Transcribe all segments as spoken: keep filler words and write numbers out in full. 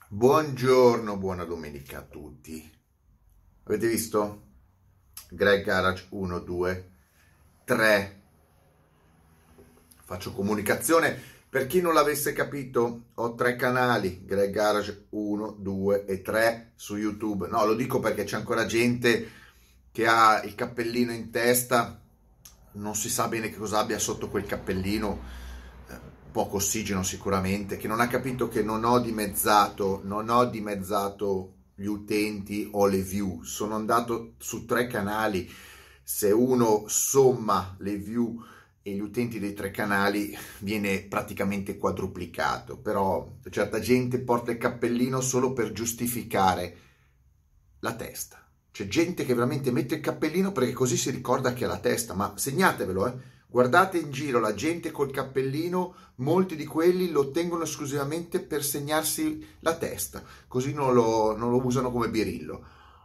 Buongiorno, buona domenica a tutti. Avete visto? Greg Garage uno, due, tre. Faccio comunicazione. Per chi non l'avesse capito, ho tre canali, Greg Garage uno, due e tre su YouTube. No, lo dico perché c'è ancora gente che ha il cappellino in testa, non si sa bene che cosa abbia sotto quel cappellino, poco ossigeno sicuramente, che non ha capito che non ho dimezzato, non ho dimezzato gli utenti o le view, sono andato su tre canali. Se uno somma le view e gli utenti dei tre canali viene praticamente quadruplicato, però certa gente porta il cappellino solo per giustificare la testa. C'è gente che veramente mette il cappellino perché così si ricorda che ha la testa, ma segnatevelo, eh. Guardate in giro la gente col cappellino, molti di quelli lo tengono esclusivamente per segnarsi la testa, così non lo, non lo usano come birillo.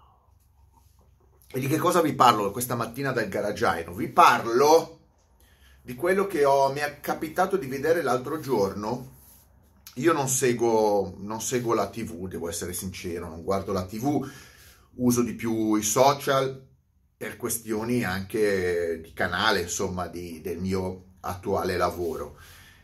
E di che cosa vi parlo questa mattina dal garagiaino? Vi parlo di quello che ho, mi è capitato di vedere l'altro giorno. Io non seguo, non seguo la tivù, devo essere sincero, non guardo la tivù, uso di più i social, per questioni anche di canale, insomma, di, del mio attuale lavoro.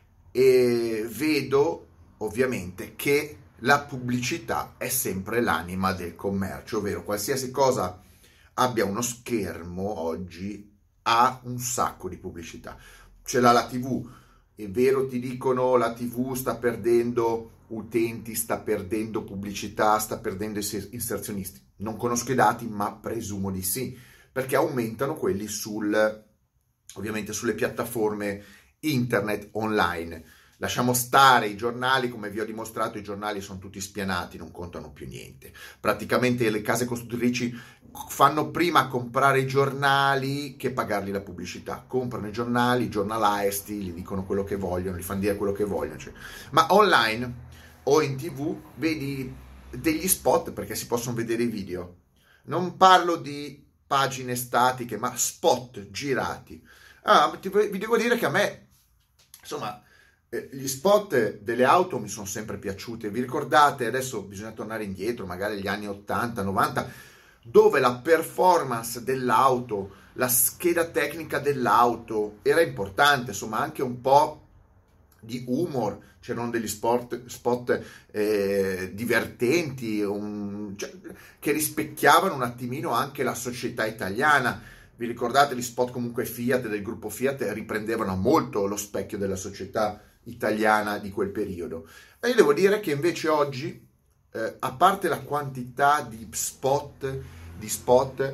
E vedo ovviamente che la pubblicità è sempre l'anima del commercio, ovvero qualsiasi cosa abbia uno schermo oggi ha un sacco di pubblicità. Ce l'ha la tivù, è vero, ti dicono la tivù sta perdendo utenti, sta perdendo pubblicità, sta perdendo inserzionisti. Non conosco i dati, ma presumo di sì, perché aumentano quelli sul, ovviamente sulle piattaforme internet online. Lasciamo stare i giornali, come vi ho dimostrato, i giornali sono tutti spianati, non contano più niente. Praticamente le case costruttrici fanno prima comprare i giornali che pagargli la pubblicità. Comprano i giornali, i giornalisti, gli dicono quello che vogliono, gli fanno dire quello che vogliono. Cioè. Ma online o in tivù vedi degli spot perché si possono vedere i video. Non parlo di pagine statiche, ma spot girati. Ah, vi devo dire che a me, insomma, eh, gli spot delle auto mi sono sempre piaciuti. Vi ricordate, adesso bisogna tornare indietro, magari agli anni ottanta, novanta, dove la performance dell'auto, la scheda tecnica dell'auto era importante, insomma, anche un po' di humor, c'erano degli sport, spot eh, divertenti, un, cioè, che rispecchiavano un attimino anche la società italiana. Vi ricordate gli spot comunque Fiat, del gruppo Fiat, riprendevano molto lo specchio della società italiana di quel periodo. E io devo dire che invece oggi, eh, a parte la quantità di spot, di spot,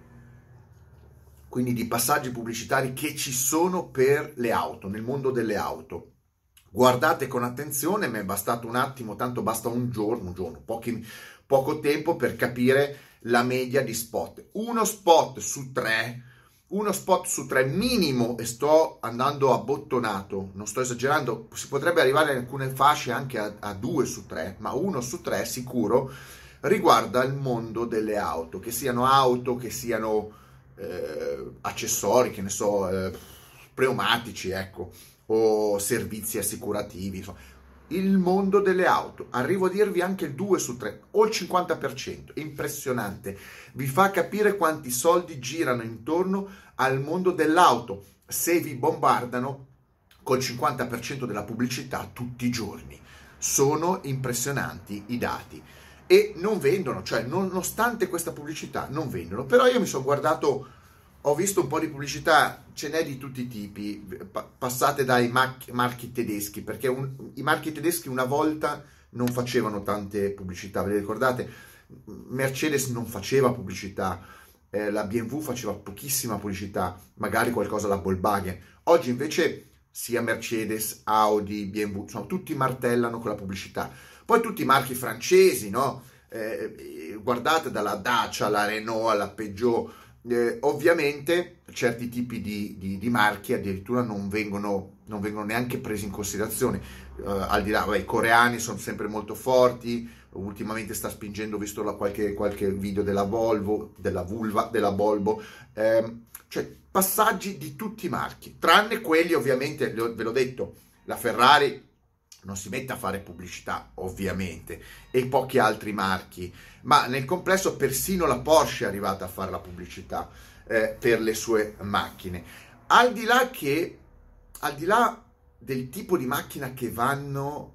quindi di passaggi pubblicitari che ci sono per le auto, nel mondo delle auto, guardate con attenzione, mi è bastato un attimo, tanto basta un giorno, un giorno, pochi, poco tempo per capire la media di spot. Uno spot su tre, uno spot su tre minimo, e sto andando a bottonato, non sto esagerando, si potrebbe arrivare in alcune fasce anche a, a due su tre, ma uno su tre sicuro riguarda il mondo delle auto, che siano auto, che siano eh, accessori, che ne so, eh, pneumatici, ecco, o servizi assicurativi, insomma, il mondo delle auto. Arrivo a dirvi anche il due su tre o il cinquanta per cento, impressionante, vi fa capire quanti soldi girano intorno al mondo dell'auto se vi bombardano col cinquanta per cento della pubblicità tutti i giorni. Sono impressionanti i dati e non vendono, cioè nonostante questa pubblicità non vendono. Però io mi sono guardato, ho visto un po' di pubblicità, ce n'è di tutti i tipi, pa- passate dai marchi, marchi tedeschi, perché un, i marchi tedeschi una volta non facevano tante pubblicità, ve le ricordate? Mercedes non faceva pubblicità, eh, la B M W faceva pochissima pubblicità, magari qualcosa la Volkswagen. Oggi invece sia Mercedes, Audi, B M W, insomma, tutti martellano con la pubblicità. Poi tutti i marchi francesi, no? Eh, guardate dalla Dacia alla Renault alla Peugeot. Eh, ovviamente certi tipi di, di, di marchi addirittura non vengono, non vengono neanche presi in considerazione, uh, al di là, vabbè, i coreani sono sempre molto forti, ultimamente sta spingendo, ho visto la, qualche, qualche video della Volvo, della Vulva, della Volvo, ehm, cioè passaggi di tutti i marchi, tranne quelli ovviamente, ve l'ho detto, la Ferrari non si mette a fare pubblicità, ovviamente, e pochi altri marchi, ma nel complesso persino la Porsche è arrivata a fare la pubblicità eh, per le sue macchine. Al di là che, al di là del tipo di macchina che vanno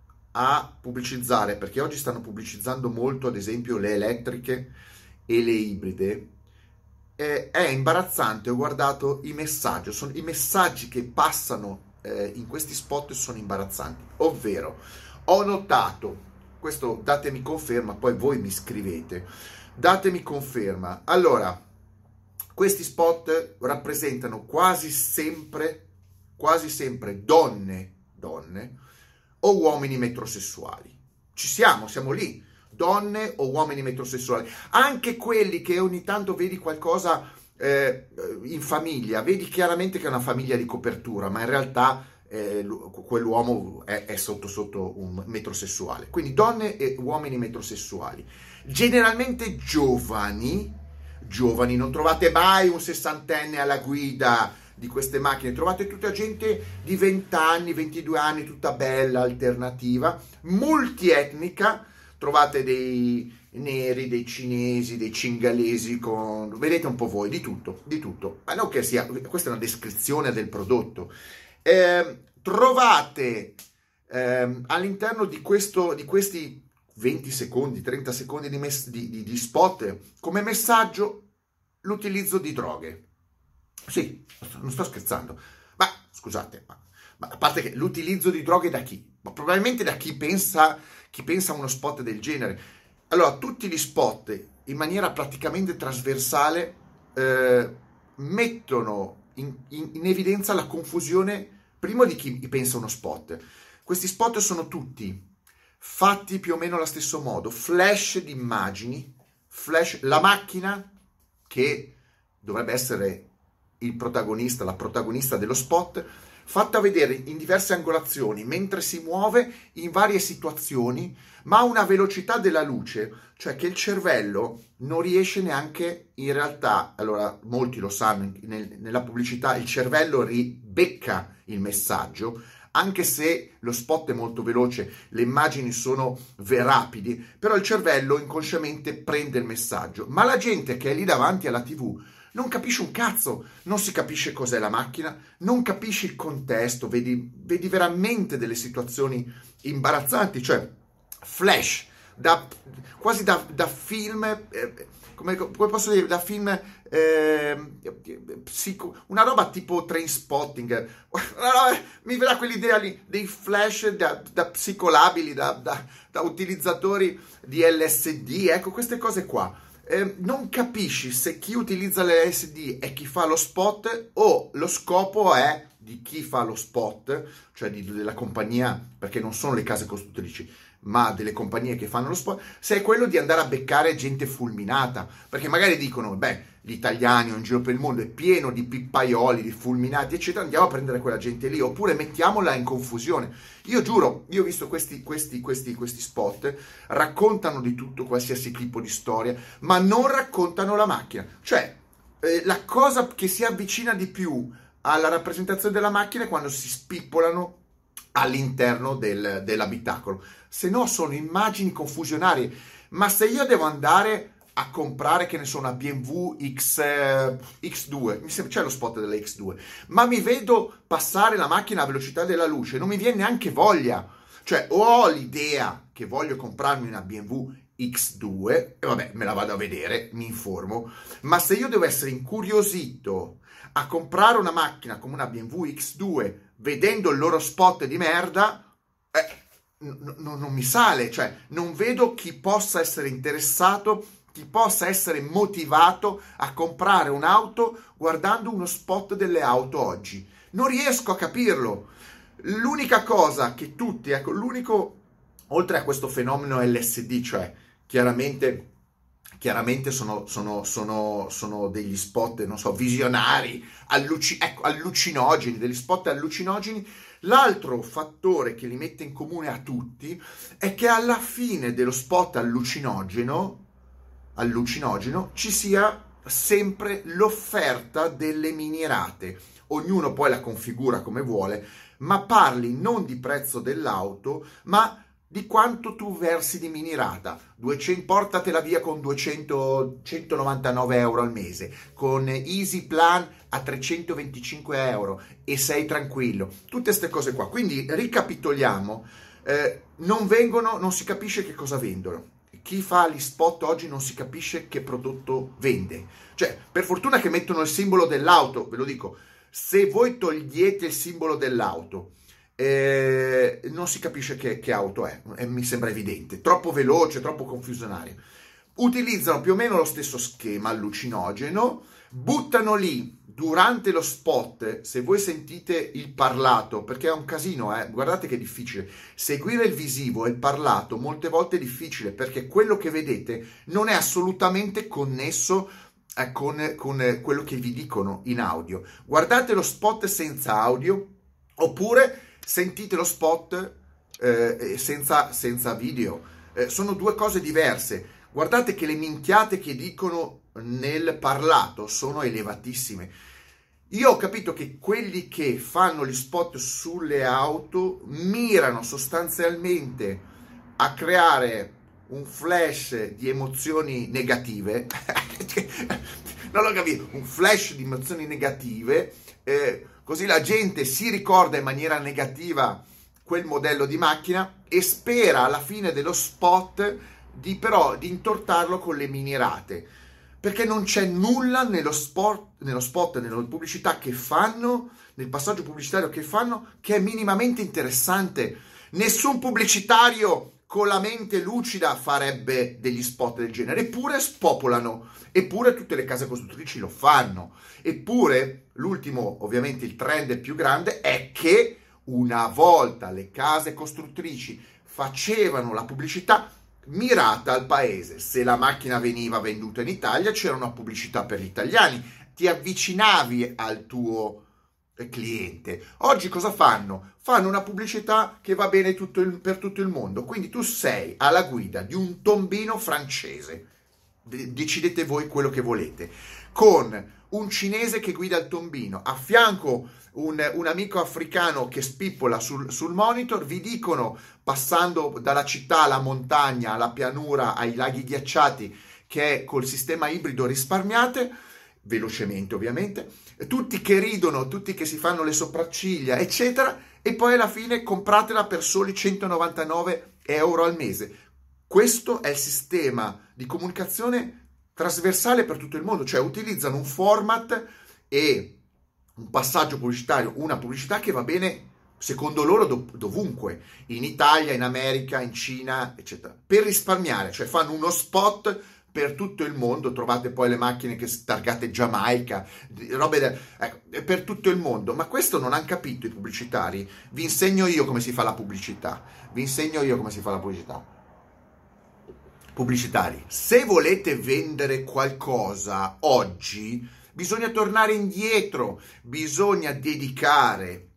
a pubblicizzare, perché oggi stanno pubblicizzando molto, ad esempio, le elettriche e le ibride, eh, è imbarazzante. Ho guardato i messaggi, sono i messaggi che passano eh, in questi spot sono imbarazzanti, ovvero ho notato, questo datemi conferma, poi voi mi scrivete, datemi conferma. Allora, questi spot rappresentano quasi sempre, quasi sempre donne, donne o uomini metrosessuali. Ci siamo, siamo lì. Donne o uomini metrosessuali. Anche quelli che ogni tanto vedi qualcosa eh, in famiglia, vedi chiaramente che è una famiglia di copertura, ma in realtà eh, quell'uomo è, è sotto sotto un metrosessuale. Quindi donne e uomini metrosessuali. Generalmente giovani, giovani, non trovate mai un sessantenne alla guida di queste macchine, trovate tutta gente di venti anni, ventidue anni, tutta bella, alternativa, multietnica, trovate dei neri, dei cinesi, dei cingalesi, con... vedete un po' voi, di tutto, di tutto, ma non che sia, questa è una descrizione del prodotto. Eh, trovate eh, all'interno di, questo, di questi venti secondi, trenta secondi di, mes- di, di, di spot, come messaggio, l'utilizzo di droghe. Sì, non sto scherzando, ma scusate, ma, ma a parte che l'utilizzo di droghe da chi? Ma probabilmente da chi pensa, chi pensa a uno spot del genere. Allora, tutti gli spot, in maniera praticamente trasversale, eh, mettono in, in, in evidenza la confusione, primo, di chi pensa a uno spot. Questi spot sono tutti fatti più o meno allo stesso modo, flash di immagini, flash, la macchina che dovrebbe essere il protagonista, la protagonista dello spot, fatta vedere in diverse angolazioni mentre si muove in varie situazioni, ma a una velocità della luce, cioè che il cervello non riesce neanche, in realtà, allora molti lo sanno, nel, nella pubblicità il cervello ribecca il messaggio, anche se lo spot è molto veloce, le immagini sono rapidi, però il cervello inconsciamente prende il messaggio, ma la gente che è lì davanti alla tivù non capisce un cazzo, non si capisce cos'è la macchina, non capisci il contesto, vedi, vedi veramente delle situazioni imbarazzanti, cioè flash, da, quasi da, da film, eh, come, come posso dire, da film eh, psico, una roba tipo Trainspotting, mi verrà quell'idea lì, dei flash da, da psicolabili, da, da, da utilizzatori di L S D, ecco queste cose qua. Eh, non capisci se chi utilizza l'L S D è chi fa lo spot o lo scopo è di chi fa lo spot, cioè di, della compagnia, perché non sono le case costruttrici, ma delle compagnie che fanno lo spot, se è quello di andare a beccare gente fulminata, perché magari dicono, beh, gli italiani in giro per il mondo è pieno di pippaioli, di fulminati, eccetera, andiamo a prendere quella gente lì, oppure mettiamola in confusione. Io giuro, io ho visto questi, questi, questi, questi spot, raccontano di tutto, qualsiasi tipo di storia, ma non raccontano la macchina. Cioè, eh, la cosa che si avvicina di più alla rappresentazione della macchina è quando si spippolano all'interno del, dell'abitacolo. Se no sono immagini confusionarie. Ma se io devo andare a comprare, che ne so, una B M W X, eh, X due, mi sembra, c'è lo spot della X due, ma mi vedo passare la macchina a velocità della luce, non mi viene neanche voglia. Cioè, o ho l'idea che voglio comprarmi una B M W X due, e vabbè, me la vado a vedere, mi informo, ma se io devo essere incuriosito a comprare una macchina come una B M W X due vedendo il loro spot di merda, eh, n- n- non mi sale, cioè non vedo chi possa essere interessato, chi possa essere motivato a comprare un'auto guardando uno spot delle auto oggi. Non riesco a capirlo. L'unica cosa che tutti, ecco, l'unico, oltre a questo fenomeno L S D, cioè chiaramente... Chiaramente sono, sono, sono, sono degli spot, non so, visionari, alluci- ecco, allucinogeni, degli spot allucinogeni. L'altro fattore che li mette in comune a tutti è che alla fine dello spot allucinogeno, allucinogeno ci sia sempre l'offerta delle minierate. Ognuno poi la configura come vuole, ma parli non di prezzo dell'auto, ma di quanto tu versi di mini rata. duecento, portatela via con duecento, centonovantanove euro al mese, con Easy Plan a trecentoventicinque euro e sei tranquillo. Tutte queste cose qua. Quindi ricapitoliamo, eh, non vengono, non si capisce che cosa vendono. Chi fa gli spot oggi non si capisce che prodotto vende. Cioè, per fortuna che mettono il simbolo dell'auto, ve lo dico, se voi togliete il simbolo dell'auto, Eh, non si capisce che, che auto è, eh, mi sembra evidente, troppo veloce, troppo confusionario. Utilizzano più o meno lo stesso schema allucinogeno, buttano lì durante lo spot. Se voi sentite il parlato, perché è un casino, eh, guardate che è difficile seguire il visivo e il parlato, molte volte è difficile perché quello che vedete non è assolutamente connesso eh, con, con quello che vi dicono in audio. Guardate lo spot senza audio oppure sentite lo spot eh, senza, senza video. Eh, sono due cose diverse. Guardate che le minchiate che dicono nel parlato sono elevatissime. Io ho capito che quelli che fanno gli spot sulle auto mirano sostanzialmente a creare un flash di emozioni negative. Non l'ho capito, un flash di emozioni negative, eh, così la gente si ricorda in maniera negativa quel modello di macchina e spera alla fine dello spot di però di intortarlo con le mini rate, perché non c'è nulla nello spot, nello spot, nella pubblicità che fanno, nel passaggio pubblicitario che fanno, che è minimamente interessante. Nessun pubblicitario con la mente lucida farebbe degli spot del genere, eppure spopolano, eppure tutte le case costruttrici lo fanno, eppure l'ultimo, ovviamente il trend più grande è che una volta le case costruttrici facevano la pubblicità mirata al paese. Se la macchina veniva venduta in Italia c'era una pubblicità per gli italiani, ti avvicinavi al tuo cliente. Oggi cosa fanno? Fanno una pubblicità che va bene tutto il, per tutto il mondo. Quindi tu sei alla guida di un tombino francese, De- decidete voi quello che volete, con un cinese che guida il tombino, a fianco un, un amico africano che spippola sul, sul monitor, vi dicono, passando dalla città alla montagna, alla pianura, ai laghi ghiacciati, che col sistema ibrido risparmiate, velocemente ovviamente, tutti che ridono, tutti che si fanno le sopracciglia, eccetera, e poi alla fine compratela per soli centonovantanove euro al mese. Questo è il sistema di comunicazione trasversale per tutto il mondo, cioè utilizzano un format e un passaggio pubblicitario, una pubblicità che va bene secondo loro dov- dovunque, in Italia, in America, in Cina, eccetera, per risparmiare, cioè fanno uno spot per tutto il mondo. Trovate poi le macchine che targate Giamaica, robe de- ecco, per tutto il mondo, ma questo non hanno capito i pubblicitari. Vi insegno io come si fa la pubblicità, vi insegno io come si fa la pubblicità. Pubblicitari, se volete vendere qualcosa oggi, bisogna tornare indietro, bisogna dedicare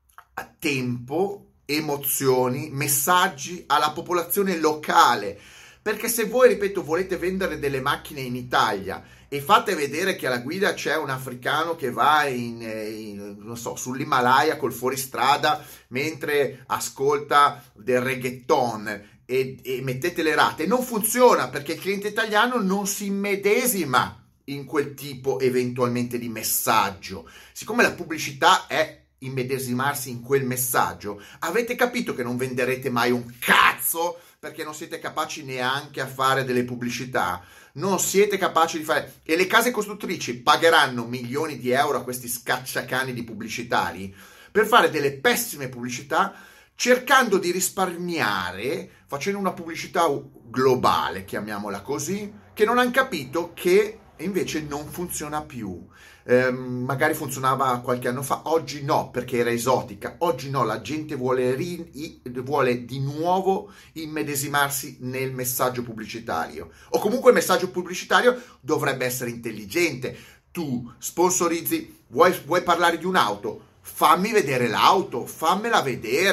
tempo, emozioni, messaggi alla popolazione locale, perché se voi, ripeto, volete vendere delle macchine in Italia e fate vedere che alla guida c'è un africano che va in, in, non so, sull'Himalaya col fuoristrada mentre ascolta del reggaeton e, e mettete le rate, non funziona, perché il cliente italiano non si immedesima in quel tipo eventualmente di messaggio. Siccome la pubblicità è immedesimarsi in quel messaggio, avete capito che non venderete mai un cazzo, perché non siete capaci neanche a fare delle pubblicità, non siete capaci di fare, e le case costruttrici pagheranno milioni di euro a questi scacciacani di pubblicitari per fare delle pessime pubblicità, cercando di risparmiare, facendo una pubblicità globale, chiamiamola così, che non hanno capito che invece non funziona più. Eh, magari funzionava qualche anno fa, oggi no, perché era esotica. Oggi no, la gente vuole, ri- vuole di nuovo immedesimarsi nel messaggio pubblicitario, o comunque il messaggio pubblicitario dovrebbe essere intelligente. Tu sponsorizzi, vuoi, vuoi parlare di un'auto? Fammi vedere l'auto, fammela vedere,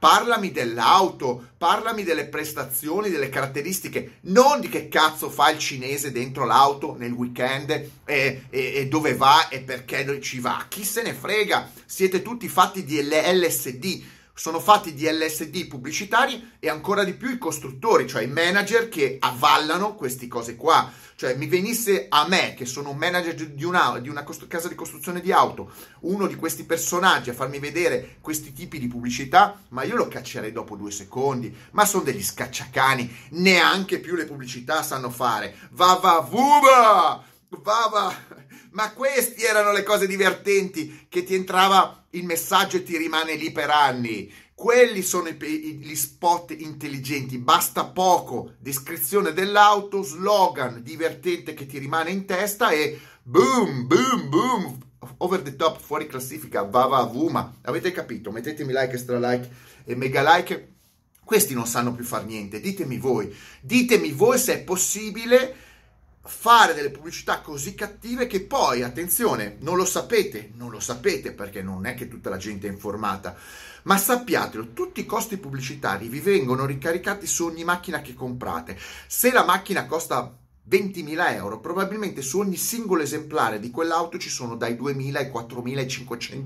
parlami dell'auto, parlami delle prestazioni, delle caratteristiche, non di che cazzo fa il cinese dentro l'auto nel weekend e, e, e dove va e perché ci va. Chi se ne frega, siete tutti fatti di L S D, sono fatti di L S D pubblicitari e ancora di più i costruttori, cioè i manager che avvallano queste cose qua. Cioè mi venisse a me, che sono un manager di una, di una cost- casa di costruzione di auto, uno di questi personaggi a farmi vedere questi tipi di pubblicità, ma io lo caccerei dopo due secondi. Ma sono degli scacciacani, neanche più le pubblicità sanno fare. Va va vuva! Va va! Ma questi erano le cose divertenti, che ti entrava il messaggio e ti rimane lì per anni. Quelli sono i, gli spot intelligenti, basta poco, descrizione dell'auto, slogan divertente che ti rimane in testa e boom, boom, boom, over the top, fuori classifica, va va vuma. Avete capito? Mettetemi like, extra like e mega like. Questi non sanno più far niente, ditemi voi, ditemi voi se è possibile fare delle pubblicità così cattive che poi, attenzione, non lo sapete, non lo sapete perché non è che tutta la gente è informata, ma sappiatelo, tutti i costi pubblicitari vi vengono ricaricati su ogni macchina che comprate. Se la macchina costa ventimila euro, probabilmente su ogni singolo esemplare di quell'auto ci sono dai duemila ai quattromila ai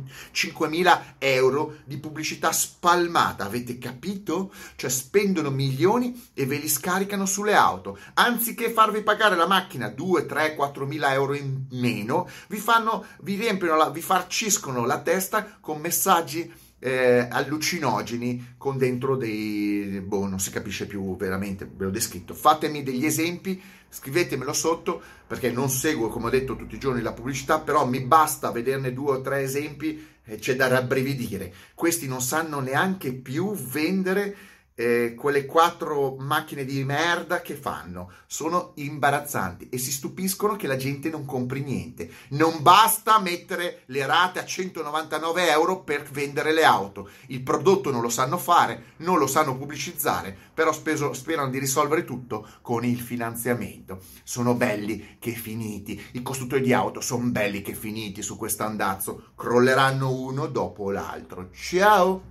cinquemila euro di pubblicità spalmata, avete capito? Cioè spendono milioni e ve li scaricano sulle auto, anziché farvi pagare la macchina due, tre, quattromila euro in meno, vi fanno, vi riempiono, la, vi farciscono la testa con messaggi Eh, allucinogeni con dentro dei, boh, non si capisce più veramente, ve l'ho descritto. Fatemi degli esempi, scrivetemelo sotto, perché non seguo, come ho detto, tutti i giorni la pubblicità, però mi basta vederne due o tre esempi e c'è da rabbrividire. Questi non sanno neanche più vendere eh, quelle quattro macchine di merda che fanno, sono imbarazzanti e si stupiscono che la gente non compri niente. Non basta mettere le rate a centonovantanove euro per vendere le auto, il prodotto non lo sanno fare, non lo sanno pubblicizzare, però speso, sperano di risolvere tutto con il finanziamento. Sono belli che finiti, i costruttori di auto sono belli che finiti su questo andazzo, crolleranno uno dopo l'altro. Ciao!